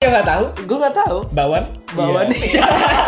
nggak tahu. Gue nggak tahu. Bawan. Iya.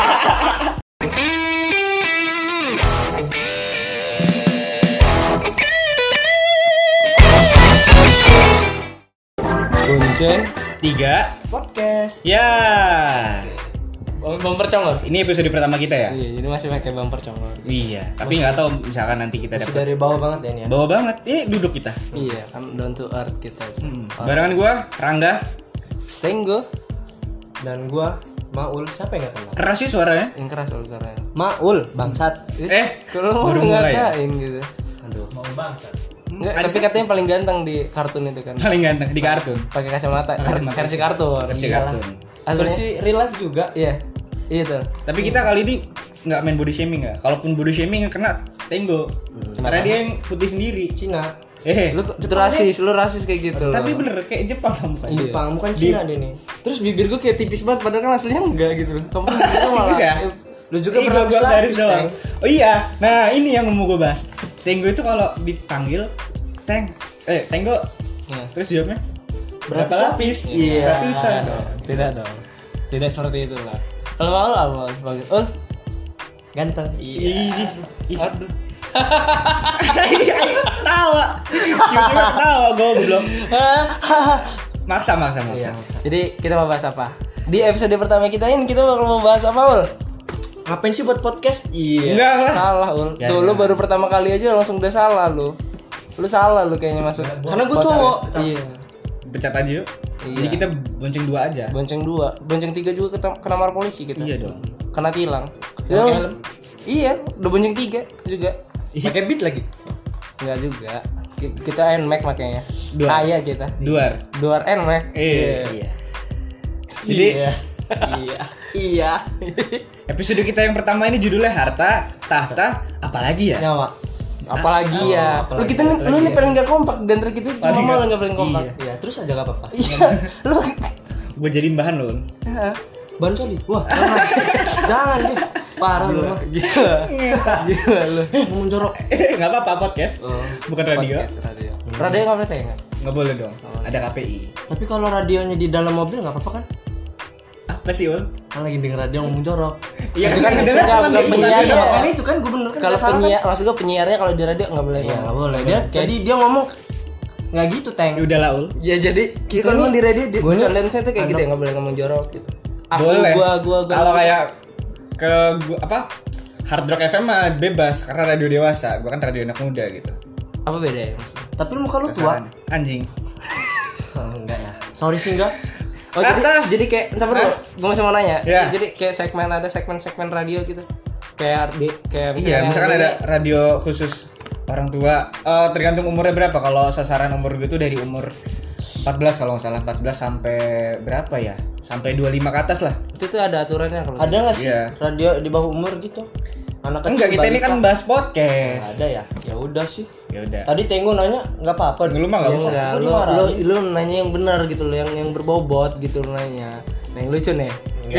Bonceng 3 podcast. ya. Bumper congor. Ini episode pertama kita ya. Iya, jadi masih pakai bumper congor. Iya. Tapi nggak tahu misalkan nanti kita Masih dapat dari bawah banget ya ini ya. bawa banget. Duduk kita. Iya, kan down to earth kita. Barengan gua Rangga. Tenggo dan gua Maul. Siapa yang nggak kenal? Keras sih suaranya. Yang keras suaranya. Maul bangsat. Baru Kalau mau mulai ngatain gitu. Aduh. Mau bangsat. Enggak, tapi katanya paling ganteng di kartun itu kan. Paling ganteng di kartun. Pakai kacamata. Versi kartun. Versi Iyalah. kartun. Versi real life juga. Iya. Iya tuh. Tapi kita kali ini nggak main body shaming ya. Kalaupun body shaming yang kena Tenggo. Karena dia yang putih sendiri. Cina. Lu rasis kayak gitu loh. tapi bener kayak Jepang sama kayak Iya. Jepang bukan Cina dia nih. Terus bibir gue kayak tipis banget padahal kan aslinya enggak gitu loh. Kamu tipis ya? Lu juga pernah gua garis lapis, doang. Oh iya. Nah, ini yang mau gue bahas. Tenggo itu kalau dipanggil Tenggo. Nah. Terus jawabnya Berapa lapis? Iya. Ratusan. Tidak dong. Tidak seperti itu lah. Kalau Maul apa sebagai ganteng. Iya. Aduh. Tawa. Tiba-tiba ketawa goblok. Maksa. Iya. Jadi kita mau bahas apa? Di episode pertama kita ini kita bakal mau bahas apa, Ul? Ngapain sih buat podcast? Iya. Enggak lah. Salah, Ul. Tuh lu baru pertama kali aja langsung udah salah lu. Lu salah lu kayaknya masuk. Karena gue cowok. Iya. Pecat aja yuk. Iya. Jadi kita bonceng 2 aja. Bonceng 2, bonceng 3 juga kena marah polisi kita. Iya dong. Kena tilang. Pakai helm? Iya, udah bonceng 3 juga. Pakai beat lagi. Enggak juga. Kita NMAX makanya. Duar. Kaya kita. Duar NMAX. Iya. Jadi Iya. episode kita yang pertama ini judulnya Harta, Tahta, apalagi ya? Nyawa. Apalagi ya. Lu apalagi. kita nih, lu nih paling enggak kompak dan antara kita cuma Paling Maul nggak- enggak paling kompak. Iya, terus aja gak apa-apa. Iya. Lu Gue jadiin bahan loh. Ban coli. Wah, jangan deh. Parah lu. gila lu. Ngomong jorok. Nggak apa-apa podcast, bukan radio. Radio. Radio enggak boleh tayang. Nggak boleh dong. Ada KPI. Tapi kalau radionya di dalam mobil enggak apa-apa kan? Apa sih Ul? Kan lagi denger radio ngomong jorok. Iya Itu kan dengar bukan cuma penyiarnya. dia. Kan itu kan gue bener kan. Kalau nggak salah kan? penyiar, maksud gue penyiarnya kalau di radio enggak boleh. Iya, enggak boleh. Dia Kayak- tadi dia ngomong enggak gitu, Teng. Udah lah Ul. Ya jadi kita Kita emang nih- di radio di gua nih- Sundance tuh kayak gitu ya, enggak boleh ngomong jorok gitu. Boleh. Gua Kalau kayak Hard Rock FM mah bebas karena radio dewasa. Gua kan radio anak muda gitu. apa beda ya maksudnya? Tapi lu muka lu tua. Anjing. Enggak ya. Sorry sih enggak. Oh Kata. jadi kayak entar dulu, gue masih mau nanya. Ya. Jadi kayak segmen radio gitu. Kayak Iya, misalkan ada radio khusus orang tua. Tergantung umurnya berapa. Kalau sasaran umur gue tuh dari umur 14 kalau nggak salah, 14 sampai berapa ya? Sampai 25 ke atas lah. itu tuh ada aturannya kalau. Ada enggak sih Iya. radio di bawah umur gitu? Anak Enggak, kita ini balita. kan bahas Nggak podcast. ada ya. Ya udah sih. Ya udah. Tadi Tenggo nanya enggak apa-apa. Lu mah enggak Ya, usah. enggak, Gua lu dimarahin. lu nanya yang benar gitu loh, yang berbobot gitu lu nanya. Nah, yang lucu nih.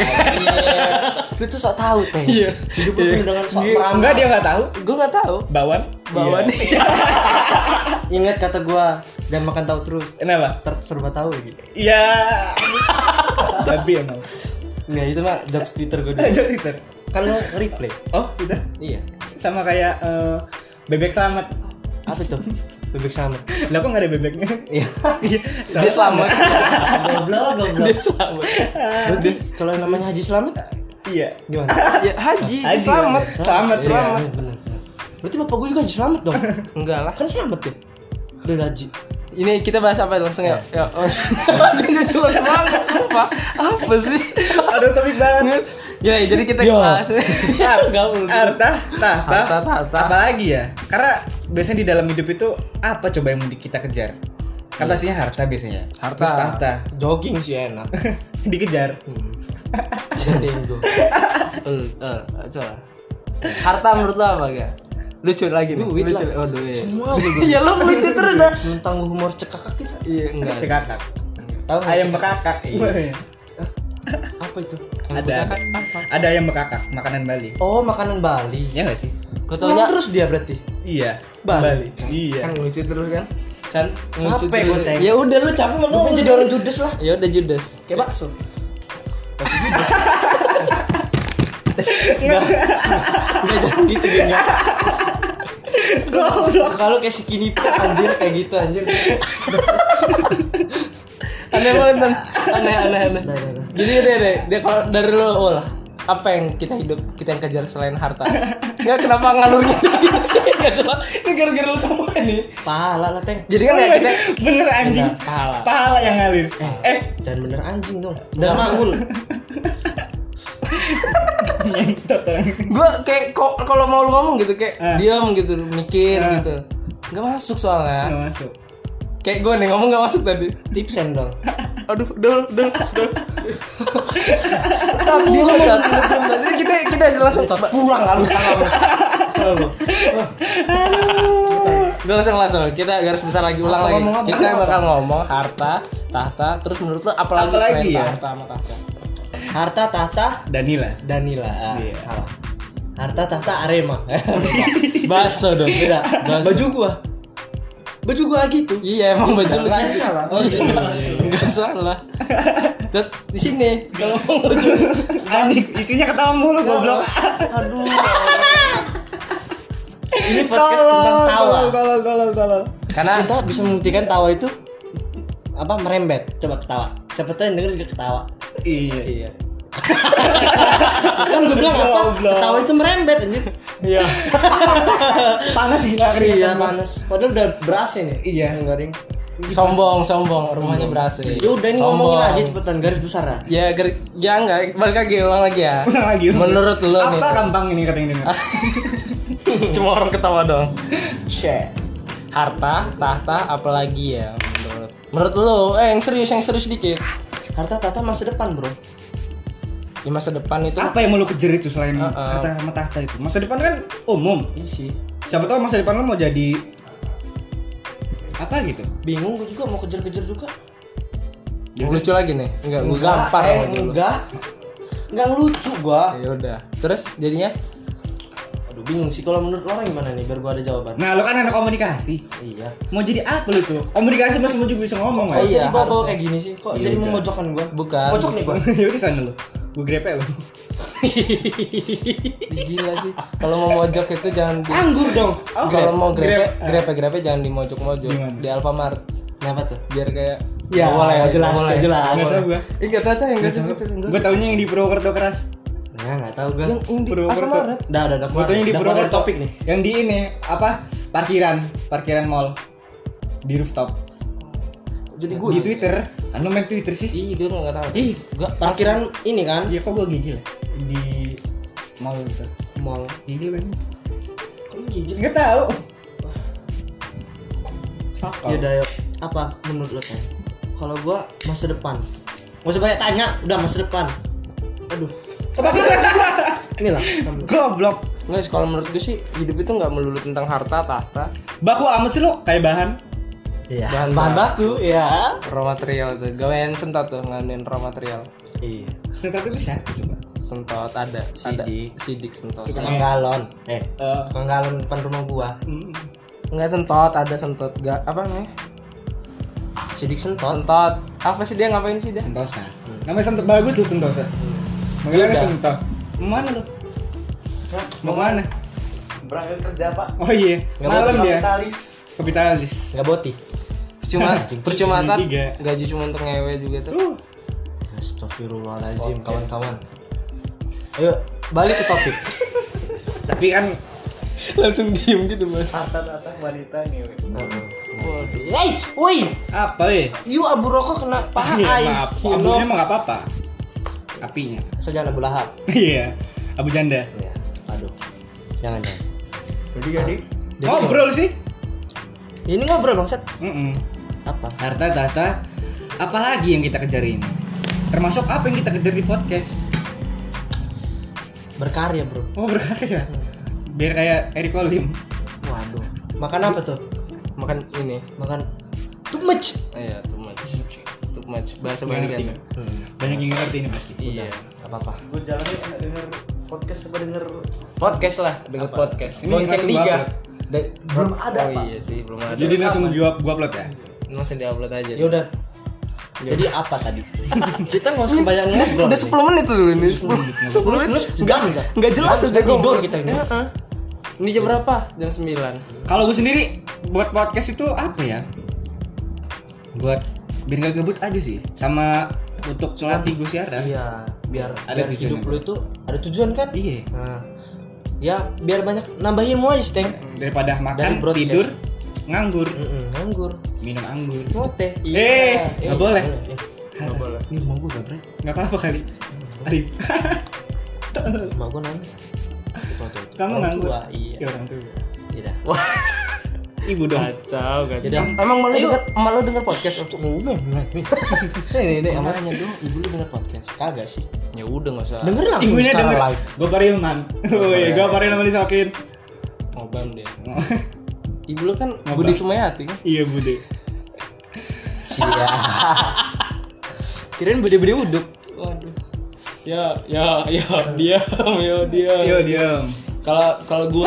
Lu tuh sok tahu, Teng. Iya. Hidup lu penuh dengan sok meramal. Enggak, dia enggak tahu. Gue nggak tahu. Bawan. Bawan. Iya. Ingat kata gua, dan makan tahu terus. Kenapa? Serba tahu lagi. Iya. Tapi emang. Nah, itu mah jokes Twitter gua dulu. Aja Twitter. Kan lu replay. Oh, Twitter. Iya. Sama kayak bebek selamat. Apa itu? Bebek sama. Lah kok enggak ada bebeknya? Iya. Dia selamat. Goblok. Dia selamat. Berarti kalau yang namanya Haji Selamat Iya. gimana? Ya haji, dia Haji, selamat. Selamat, Iya, selamat. benar. Berarti bapak gua juga Haji Selamat dong. Enggak lah. Kan selamat ya. Udah Haji. Ini kita bahas apa langsung ya? Ya. Dia nggak jelas banget sumpah. Apa sih? Aduh, topik banget. Ya, jadi kita Ya. bahas. Gaul. Harta, tahta, Tahta. apa lagi ya? Karena biasanya di dalam hidup itu apa coba yang mau kita kejar? Kan pastinya harta biasanya. Harta. Terus tahta. Jogging sih enak. Dikejar. Tenggo. Coba. Harta menurut lo apa ya? Lucu lagi nih. Duit Lucu. lah. Oh, duit. Semua aja gua. Ya lo lucu terus dah. Tentang humor cekakak gitu. Iya, enggak. Cekakak. Tahu nggak Ayam cekakak? bekakak. Iya. Apa itu? Ada. Ada ayam bekakak, makanan Bali. Oh, makanan Bali. Ya enggak sih? Ngomong terus dia berarti. Iya. Bali. Iya. Kan lucu terus kan? Kan Capek gua, Teng. Ya udah lu capek Gua makanya jadi orang judes lah. Ya udah judes. Kayak bakso. Enggak jangan gitu enggak. Kalau kayak skinny pop anjir kayak gitu anjir. Aneh banget kan. Aneh. Nah. Jadi deh, dia kalau dari lo lah, apa yang kita yang kejar selain harta? Enggak, kenapa ngalurnya gitu sih? Enggak jelas. Ini gara-gara lo semua nih. Pahala lah, Teng. Jadi kan ya kita bener anjing. Enggak, Pahala yang ngalir. Jangan bener anjing dong. Dan manggul. gue kayak kalau mau lu ngomong gitu kayak diam gitu, mikir gitu. Enggak masuk soalnya. Nggak masuk. Kayak gue nih ngomong enggak masuk tadi. Tipsen dong. Aduh, dul. Dia ngomong tadi kita langsung pulang lalu. Udah langsung. Kita garis besar lagi ulang lagi. Kita bakal ngomong harta, tahta, terus menurut lu apalagi selain ya? harta sama tahta? Harta tahta Danila. Iya. Salah. Harta tahta Arema. Baso dong. Beda. Baju gua gitu. Iya, emang baju lu Nggak gitu. salah. Enggak salah. Tuh, di sini kalau mau baju Anjing, isinya ketawa mulu goblok. Aduh. Ini podcast tentang tawa. Tolol. Karena kita bisa membuktikan tawa itu apa merembet. Coba ketawa. Siapa tahu yang denger juga ketawa. Iya. Kan gue bilang apa? Goblok. Ketawa itu merembet anjir. Iya. Panas sih enggak kering. Iya panas. Padahal udah ber-AC nih. Iya. Enggak ding. sombong, rumahnya ber-AC. Ya udah ini ngomongin aja cepetan garis besar lah. Ya enggak, balik lagi ulang lagi ya. Ulang lagi. Menurut lo nih. apa gampang ini kata yang dengar? Cuma orang ketawa dong. Shit. Harta, tahta, apalagi ya menurut lo? Yang serius dikit. Harta tahta masa depan, bro. Di masa depan itu Apa yang mau lu kejar itu selain harta sama tahta itu? Masa depan kan umum. Iya sih. Siapa tahu masa depan lu mau jadi apa gitu? Bingung gue juga mau kejar-kejar juga. yang lucu lagi nih. Enggak, gue gampar sama dulu. Enggak ngelucu gua. Ya udah. Terus jadinya Aduh bingung sih kalau menurut lo gimana nih biar gua ada jawaban. Nah, lu kan anak komunikasi. Iya. Mau jadi apa lu tuh? Komunikasi masih mau juga bisa ngomong Kok lah. iya, jadi bawa harusnya. kayak gini sih? Kok Iya, jadi udah. memojokkan gua? Bukan. Pojok nih gua. Ya udah sana lu. Gue grepe lu. Gila sih. Kalau mau mojok itu jangan di Anggur dong. Kalau mau grepe jangan di mojok-mojok. Gimana? Di Alfamart. Kenapa tuh? Biar kayak Ya, boleh, jelas. Enggak tahu gua. Enggak tahu yang enggak sebutin. Gue taunya yang di Purwokerto keras. Nah, enggak tahu gua. Yang di Purwokerto. Alfamart. Udah. Gue taunya yang di Udah Purwokerto. keluar topik nih. Yang di ini apa? Parkiran mall. Di rooftop. Jadi Di Twitter. Kan lu main Twitter sih? Ih, gue enggak tahu. Ih, gua parkiran ini kan iya kok gue gigil ya? Di mall gitu. mall. Gigil kan? Kok lu gigil? Enggak tahu. Sakal. Ya udah yuk. Apa menurut lo Teh? Kalau gua masa depan. Gak usah banyak tanya, udah masa depan. Aduh. Inilah. Goblok. Enggak, kalau menurut gue sih hidup itu enggak melulu tentang harta, tahta, Baku amat sih lu kayak bahan. Iya. Bahan Bahan baku, ya. raw material tuh. Gawean sentot tuh nganuin raw material. Iya. Sentot itu siapa coba? Sentot ada sidik sentot. Tukang galon. Tukang galon depan rumah gua. Enggak sentot, ada sentot enggak apa namanya? Sidik sentot. Sentot. Apa sih dia ngapain sih dia? Sentosa. Namanya sentot bagus lu sentosa. Manggilnya sentot. Mau mana lu? Mau mana? Berangkat kerja pak. Oh iya, Nggak malam dia. Kapitalis. Enggak boti. Percuma tat Tiga. gaji cuma untuk ngewe juga tuh. Astagfirullahaladzim kawan-kawan. Ayo balik ke topik. Tapi kan Langsung diem gitu, Mas. Tata wanita nih. Hey, woi, apa ya? you abu rokok kena paha Iya, ai. maaf. Abunya mah enggak apa-apa. Apinya. Asal jangan Abu Lahab. Iya. Abu janda. Iya. Aduh. Jangan. Jadi ngobrol sih. Ini ngobrol bangsat. Apa? Harta tahta apalagi yang kita kejar ini? Termasuk apa yang kita kejar di podcast? Berkarya, Bro. Oh, berkarya. Biar kayak Eric Olim. Waduh. Makan apa tuh? Makan ini. Makan too much. Iya, too much. Bahasa Bali kan. Banyak yang ngerti ini pasti. Iya. Enggak apa-apa. Gue jalannya enak denger podcast apa denger Podcast lah, dengan podcast. Ini Bonceng langsung 3. belum ada Oh pak. iya sih, belum ada. Jadi langsung gua upload ya. Langsung di-upload aja. Ya udah. Jadi apa tadi? Kita nggak usah banyak ngobrol. Udah 10 menit dulu ini. 10 menit. Enggak jelas Udah udah tidur kita ini. Ini jam berapa? Jam 9. Kalau gue sendiri buat podcast itu apa ya? Buat biar gak gabut aja sih. Sama untuk ngelatih gue siaran. Iya, biar Ada hidup tujuannya. lu itu ada tujuan kan? Iya. Nah, ya biar banyak nambah ilmu aja sih, Teng. Daripada Dari makan, broadcast. tidur, nganggur, Nganggur. minum anggur. Ngote. Nggak boleh. Enggak boleh. Ini mau gue gak berani. Nggak apa-apa kali. Arif. Mau gue nanya. Kamu nganggur. Iya. Ya orang tua. Tidak. Ibu dong. Kacau kan. Yaudah. Emang malu denger podcast untuk Ngomong. Nih, nanya dong, ibu lu denger podcast? Kagak sih. ya udah enggak usah. Denger langsung Ibunya secara denger. live. Gue Parilman. Oh iya, gue Parilman disokin. Ngobrol dia. Ibu lu kan Ngobrol. Budi Sumayati kan? Iya Bude. Sia. Kirain bude-bude uduk. Waduh. Ya, diam. Yo diam. Kalau gua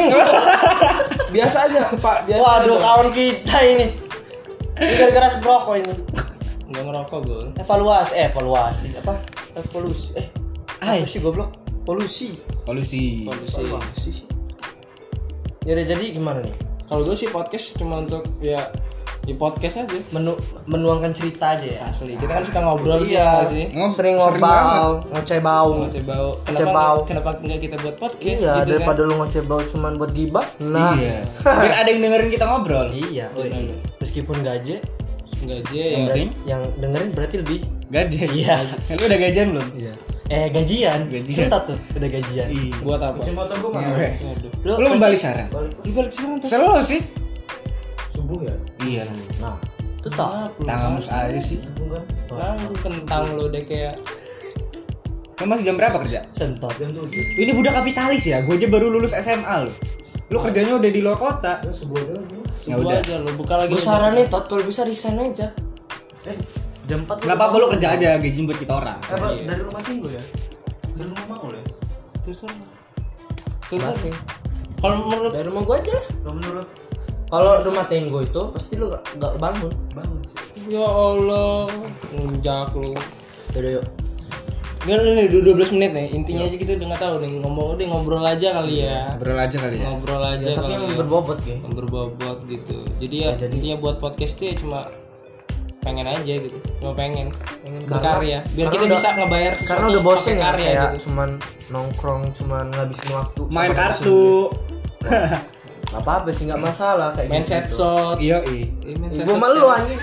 biasa aja, Pak. Biasa. Waduh, aja. kawan kita ini. Ini gara-gara sebroko ini. Enggak ngerokok gue. Evaluasi apa? Evolusi. Hai. Apa sih goblok? Polusi. Polusi. Evaluasi sih. Ya udah, jadi gimana nih? Kalau gue sih podcast cuma untuk ya di podcast aja. Menuangkan cerita aja ya. Asli. Kita kan suka ngobrol Iya. sih. Sering banget. ngobrol, ngoceh bau. Ngoceh bau. Ngoceh bau. Kenapa enggak kita buat podcast Iya, gitu daripada kan? lu ngoceh bau cuman buat gibah. Nah. Iya. Biar ada yang dengerin kita ngobrol. Iya. Benar. Meskipun gaje, Enggak aja ya. Yang penting yang dengerin berarti lebih. gajian. Iya. Lu udah gajian belum? Iya. Gajian. Gajian. Sentat tuh, udah gajian. Iya. Buat apa? Cuci motor gua mana? Ngewe. Waduh. Lu balik sarang. Lu balik sekarang tuh. Selalu sih. Subuh ya? Iya. Nah, tetap. Tangamus aja sih. Bukan. Lu kentang lu deh kayak Lu masih jam berapa kerja? Sentat. Jam 7. Ini budak kapitalis ya. Gue aja baru lulus SMA lu. Lu kerjanya udah di luar kota. Ya subuh aja lagi. Ya sebuah udah. aja lu buka lagi. Gue saranin Tot kalau bisa resign aja. Jam 4 Enggak apa-apa lu kerja aja gaji buat kita orang. Apa dari rumah tinggal ya? Dari rumah mau ya? Terus sih. Kalau menurut Dari rumah gue aja lah. Kalau menurut Kalau rumah tenggo itu pasti lu gak bangun. bangun sih. ya Allah, nunjak lu. Yaudah yuk. Biar ini 12 menit nih. Intinya aja kita udah enggak tahu nih ngobrol aja kali ya. Ngobrol aja kali ya. Ngobrol aja Ya, tapi kali yang ya. berbobot ya. Yang berbobot gitu. Jadi ya, Ya, jadi- intinya buat podcast itu ya cuma pengen aja gitu. Cuma pengen Pengen berkarya. Biar karena kita udah- bisa ngebayar sesuatu Karena udah bosen pakai ya karya kayak gitu. cuman nongkrong, cuman ngabisin waktu. Main sama kartu. Gak apa-apa sih, gak masalah kayak Main gitu. set shot. Iya, Main set Gue shot. malu anjing.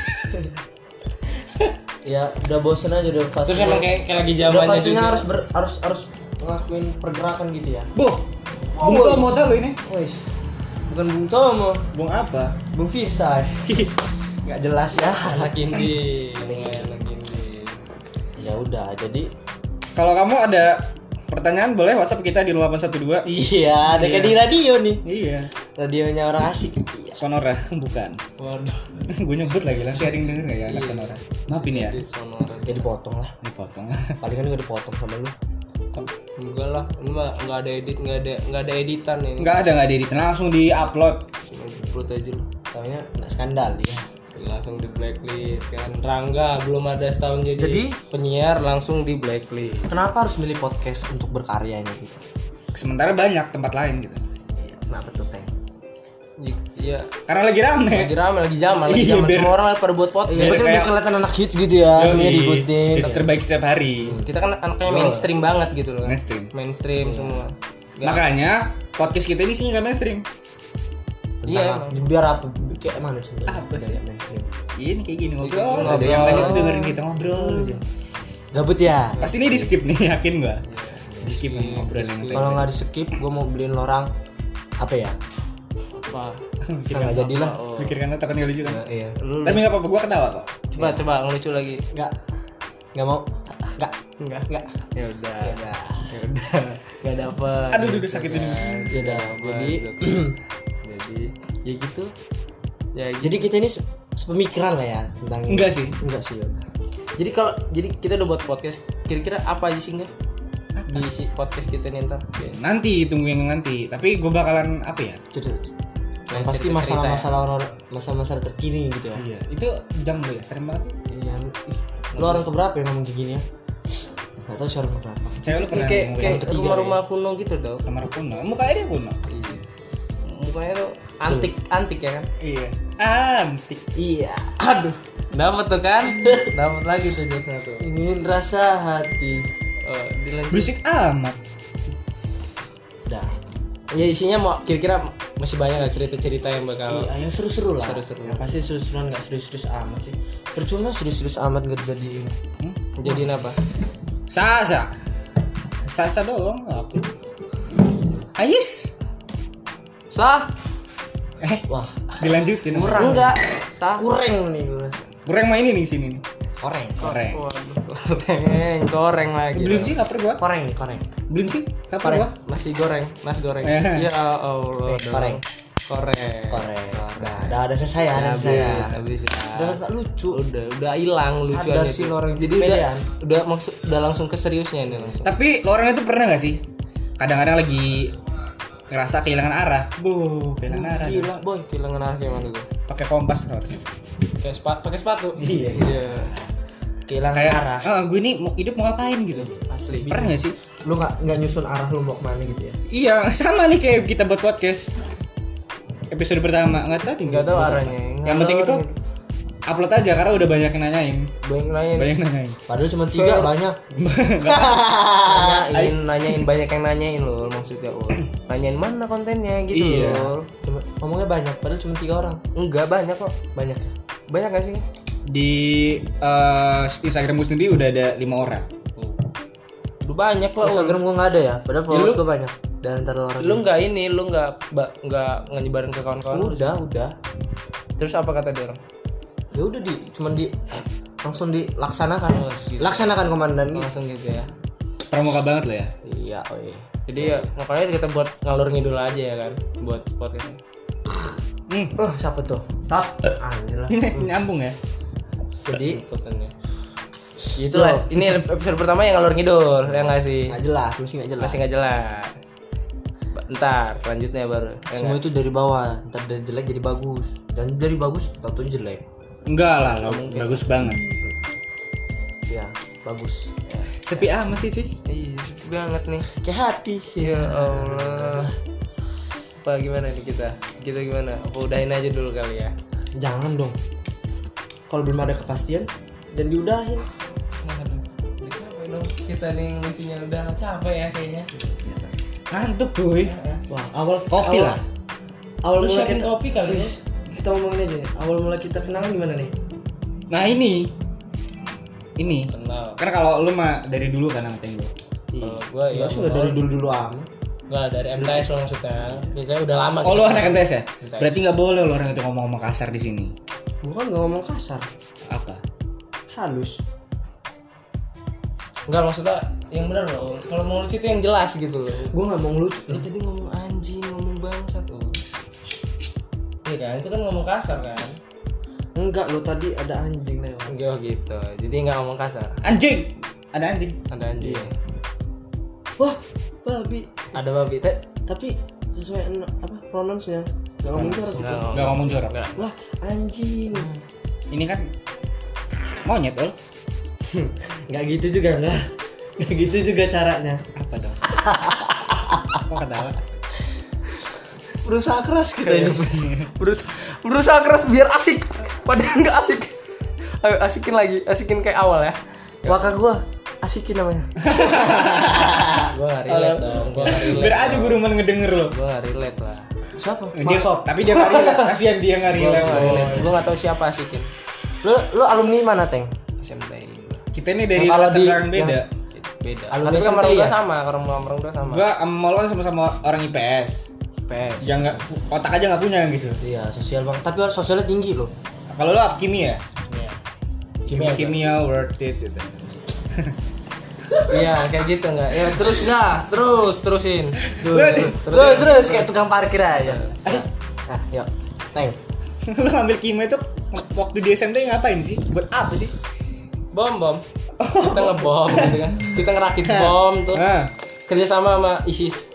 Ya udah bosen aja udah fase. Terus emang kayak lagi udah zamannya fasenya juga. harus ngelakuin pergerakan gitu ya. Bu. Bung Tomo tau lu ini. Wes. Bukan Bung Tomo, Bung apa? Bung Firsai. Gak jelas ya. Anak indie. Anak indie. Ya udah, jadi Kalau kamu ada pertanyaan boleh WhatsApp kita di 0812. iya, ada kayak di radio nih. Iya. Radionya orang asik. Iya. Sonora bukan. Waduh. Gue nyebut lagi lah. Sih ada yang denger nggak ya anak Sonora? Maafin ya. Sonora. Ya dipotong lah. Dipotong. Palingan gue dipotong sama lu. Enggak lah, ini mah enggak ada edit, enggak ada editan ini. Nggak ada edit. Langsung di-upload. Cuma upload aja lu. Taunya kena skandal ya. Langsung di blacklist kan. Rangga belum ada setahun jadi, Jadi? penyiar langsung di blacklist. Kenapa harus milih podcast untuk berkaryanya gitu? Sementara banyak tempat lain gitu. Iya, kenapa tuh Teng? Iya, Karena lagi rame. lagi rame, lagi zaman, lagi Iya, zaman. biar- Semua orang pada buat podcast. Iya, betul kayak- biar kelihatan anak hits gitu ya, semuanya Yoi. diikutin. Hits terbaik setiap hari. Kita kan anaknya mainstream banget gitu loh. Mainstream. Mainstream semua. Nggak- Makanya podcast kita ini sih nggak mainstream. Iya, Tentang- biar apa? Kayak mana sih? Apa sih? Biar mainstream. Ini kayak gini ngobrol. Ngobrol. Ada yang tadi tuh dengerin kita ngobrol aja. Gabut ya. Pasti ini di skip nih, yakin gua. Di skip ngobrol yang tadi. Kalau nggak di skip, gue mau beliin lo orang apa ya? apa? Nah, nggak jadilah. Oh. Mikirkan lo takut nggak lucu kan? Iya. Lu Tapi nggak apa-apa, gua ketawa kok. coba ngelucu lagi. Nggak mau. Nggak. Enggak. Ya udah. Ya udah. Ya udah. Enggak dapat. Aduh, udah sakit ini. Ya udah. Jadi jadi ya gitu. ya Jadi kita ini sepemikiran lah ya tentang ini. Enggak sih. Enggak sih. Ya udah. jadi kita udah buat podcast. Kira-kira apa aja sih enggak? Di si podcast kita nih ntar. Nanti tunggu yang nanti. Tapi gua bakalan apa ya? Yang pasti Cerita-cerita masalah-masalah terkini gitu ya. Iya. Itu jam lo ya, serem banget. Iya. Iya. Lu orang keberapa yang ngomong kayak gini ya? Gak tau sih orang keberapa. Cewek lu pernah Kayak ngomongin ketiga rumah-rumah kuno gitu tau. kamar kuno. Mukanya dia kuno. Iya. Mukanya tuh antik ya kan. Iya. Antik. Iya. Aduh. Dapat tuh kan? Dapat lagi tuh jokesnya tuh. Ingin rasa hati. Oh, dilanjut. Berisik amat. Dah. Ya isinya mau kira-kira masih banyak gak cerita-cerita yang bakal Iya, yang seru-seru lah. Seru-seru. Ya pasti seru-seruan, nggak serius-serius amat sih. Percuma serius-serius amat nggak dijadiin. jadiin apa? Sasa doang apa? Ais. Sah? Wah, Dilanjutin. Enggak. Sah. kurang nih gue rasa. Kurang main ini sini nih. Koreng. Koreng. Waduh, goreng lagi. Belum sih kaper gua. Koreng nih, koreng. Belum sih kaper Koreng. gua. Masih goreng, nasi goreng. Eh. Ya Allah. Oke, koreng. Koreng. Koreng. Udah selesai ya, udah selesai ya. Habis ya. Udah nggak lucu. Udah hilang lucuannya. Sadar sih itu. lo orang Jadi pedean. udah langsung ke seriusnya ini langsung. Tapi lo orangnya tuh pernah gak sih? Kadang-kadang lagi ngerasa kehilangan arah. Kehilangan arah. Gila, boy. Kehilangan arah gimana tuh? Pakai kompas harusnya. Pakai sepatu. Iya. Iya. Kehilangan Kayak arah. gue nih hidup mau ngapain gitu. Asli. Pernah gak sih? Lu nggak nyusun arah lu mau kemana gitu ya? Iya, sama nih kayak kita buat podcast. Episode pertama nggak tahu Nggak tahu arahnya. Yang penting itu upload aja karena udah banyak yang nanyain. Banyak nanyain. Padahal cuma 3 banyak. Nanyain banyak yang nanyain loh maksudnya. Nanyain mana kontennya gitu Iya. loh. Cuma ngomongnya banyak, padahal cuma 3 orang. Enggak banyak kok. Banyak ya? Banyak gak sih? Di Instagram gue sendiri udah ada 5 orang. Udah banyak lah. Instagram gua nggak ada ya, padahal Ya, followers lu- gua banyak. Dan antara orang. Lu nggak ini, lu nggak nyebarin ke kawan-kawan lu. Udah. Terus apa kata dia orang? Ya udah cuman langsung dilaksanakan. Oh, gitu. Laksanakan komandan gitu. Langsung gitu ya. Pramuka banget lo ya. Iya, oi. Jadi ya makanya kita buat ngalur ngidul aja ya kan, buat podcastnya. Siapa tuh? Tat. Anjir lah. Nyambung ya. Jadi Kontennya. Itulah, ini episode pertama yang ngalur ngidul, ya nggak sih? nggak jelas, masih nggak jelas. Masih nggak jelas. Ntar selanjutnya baru. Ya Semua itu dari bawah, ntar dari jelek jadi bagus. Dan dari bagus tau jelek. Enggak lah, lo bagus banget. Ya, bagus. Sepi amat sih cuy. Iya, sepi banget nih. Kayak hati. Ya Allah. Apa gimana nih kita? Kita gimana? Apa udahin aja dulu kali ya? Jangan dong. Kalau belum ada kepastian dan diudahin. Aduh, capek dong. Kita nih lucunya udah capek ya kayaknya. Ngantuk cuy. Wah, awal Kopi lah. Awal Lu mula siapin kita kopi kali ya? kita ngomongin aja nih. Awal mula kita kenalan gimana nih? Nah ini Kenal. karena kalau lu mah dari dulu kan ngertiin gue. Kalau gua ya Enggak sih udah dari dulu amat. Enggak dari MTS lo maksudnya. Biasanya udah lama. Oh gitu. lu anak MTS ya? MTS. Berarti nggak boleh lo orang itu ngomong kasar di sini. Bukan nggak ngomong kasar, Apa? halus. Enggak maksudnya yang benar loh. Kalau mau lucu itu yang jelas gitu loh. Gue nggak mau ngelucu. Lu tadi ngomong anjing, ngomong bangsat tuh. Iya kan? Itu kan ngomong kasar kan? Enggak, lo tadi ada anjing lewat. Enggak gitu. Jadi enggak ngomong kasar. Anjing. Ada anjing. Ada anjing. Wah, babi. Ada babi. Tapi sesuai apa pronounsnya? Gak ngomong jorok gitu. Nggak ngomong jorok. Enggak. Wah, anjing. Ini kan monyet ol. Nggak gitu juga nggak. Nggak gitu juga caranya. Apa dong? Kok ketawa? Berusaha keras kita ini. Berusaha keras biar asik. Padahal enggak asik. Ayo asikin lagi. Asikin kayak awal ya. Waka gua asikin namanya. Gua enggak relate dong. Gua enggak relate. Biar aja guru ngedenger lo. Gua enggak relate lah. Siapa? Dia, tapi dia nggak relate. Kasihan dia nggak Gua relate. enggak relate. Oh. Gua enggak tahu siapa asikin. Lu alumni mana, Teng? SMTI. Kita ini dari Kalau latar di- belakang beda. Beda. Alumni Tapi kamar SMTI gua ya? sama, kamar gua sama. Gua sama lo kan sama-sama orang IPS. PS. Yang nggak otak aja nggak punya gitu. Iya, sosial bang. Tapi sosialnya tinggi loh. Kalau lo apa kimia? Iya. Kimia worth it gitu. Iya, kayak gitu enggak? Ya terus dah, terusin. Terus kayak tukang parkir aja. Nah, yuk. Teng. Lo ngambil kimia itu waktu di SMT ngapain sih? Buat apa sih? Bom. Kita ngebom gitu kan. Kita ngerakit bom tuh. Nah, Kerja sama sama ISIS.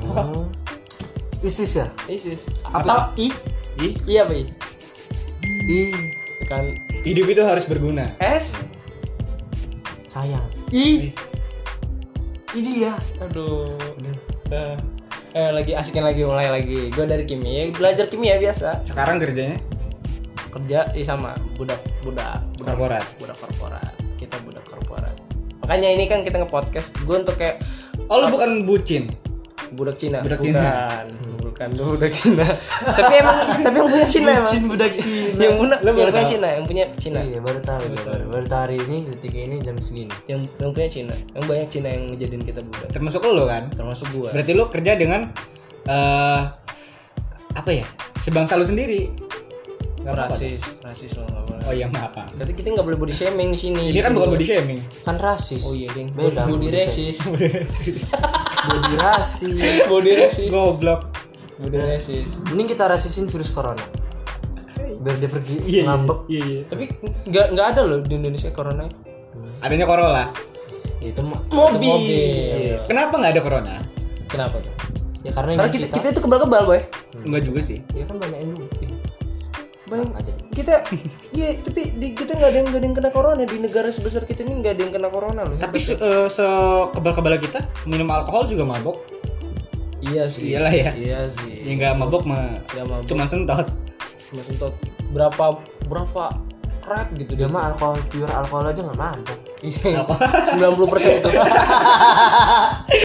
ISIS ya? ISIS. Apa? Atau I? ih, Iya, Pak. Ih. Kan Hidup itu harus berguna. S. Sayang. I. Ini ya. Aduh. Lagi asikin lagi, mulai lagi. Gue dari kimia, belajar kimia biasa. Sekarang kerjanya Kerja sama budak korporat. budak korporat. Kita budak korporat. Makanya ini kan kita nge-podcast. Gue untuk kayak Oh, lu bukan bucin. budak Cina. Budak Cina. Bukan budak Cina. tapi yang punya Cina emang. Bucin budak Cina. Yang punya Lu baru yang punya tahu? Cina, yang punya Cina. Iya, baru tahu gue. Baru tahu hari ini, detik ini jam segini. Yang punya Cina. Yang banyak Cina yang ngejadiin kita budak. Termasuk lu kan? Termasuk gua. Berarti lu kerja dengan apa ya? Sebangsa lu sendiri. Nggak apa-apa. rasis lo enggak boleh. Oh iya, maaf. Berarti kita nggak boleh body shaming di sini. Ini kan bukan body shaming. Kan rasis. Oh iya, Ding. Beda. Body rasis. Body rasis. Body rasis. Goblok. Body rasis. Mending kita rasisin virus corona. Biar dia pergi Iya, ngambek. iya. Tapi nggak ada loh di Indonesia corona. Adanya Corolla. Itu mah Mobil. Kenapa nggak ada corona? Kenapa tuh? ya karena Karena yang kita itu kebal-kebal, boy. Enggak juga sih. ya kan banyak yang dukung. Bang, Aja. kita iya tapi kita nggak ada yang kena corona di negara sebesar kita ini, nggak ada yang kena corona loh. Tapi sekebal-kebal kita minum alkohol juga mabok. Iya sih. Iyalah ya. Iya sih. Ya nggak mabok mah Nggak mabok. cuma sentot. Cuma sentot berapa karat gitu Dia mah alkohol pure alkohol aja nggak mabok. Iya. 90% itu.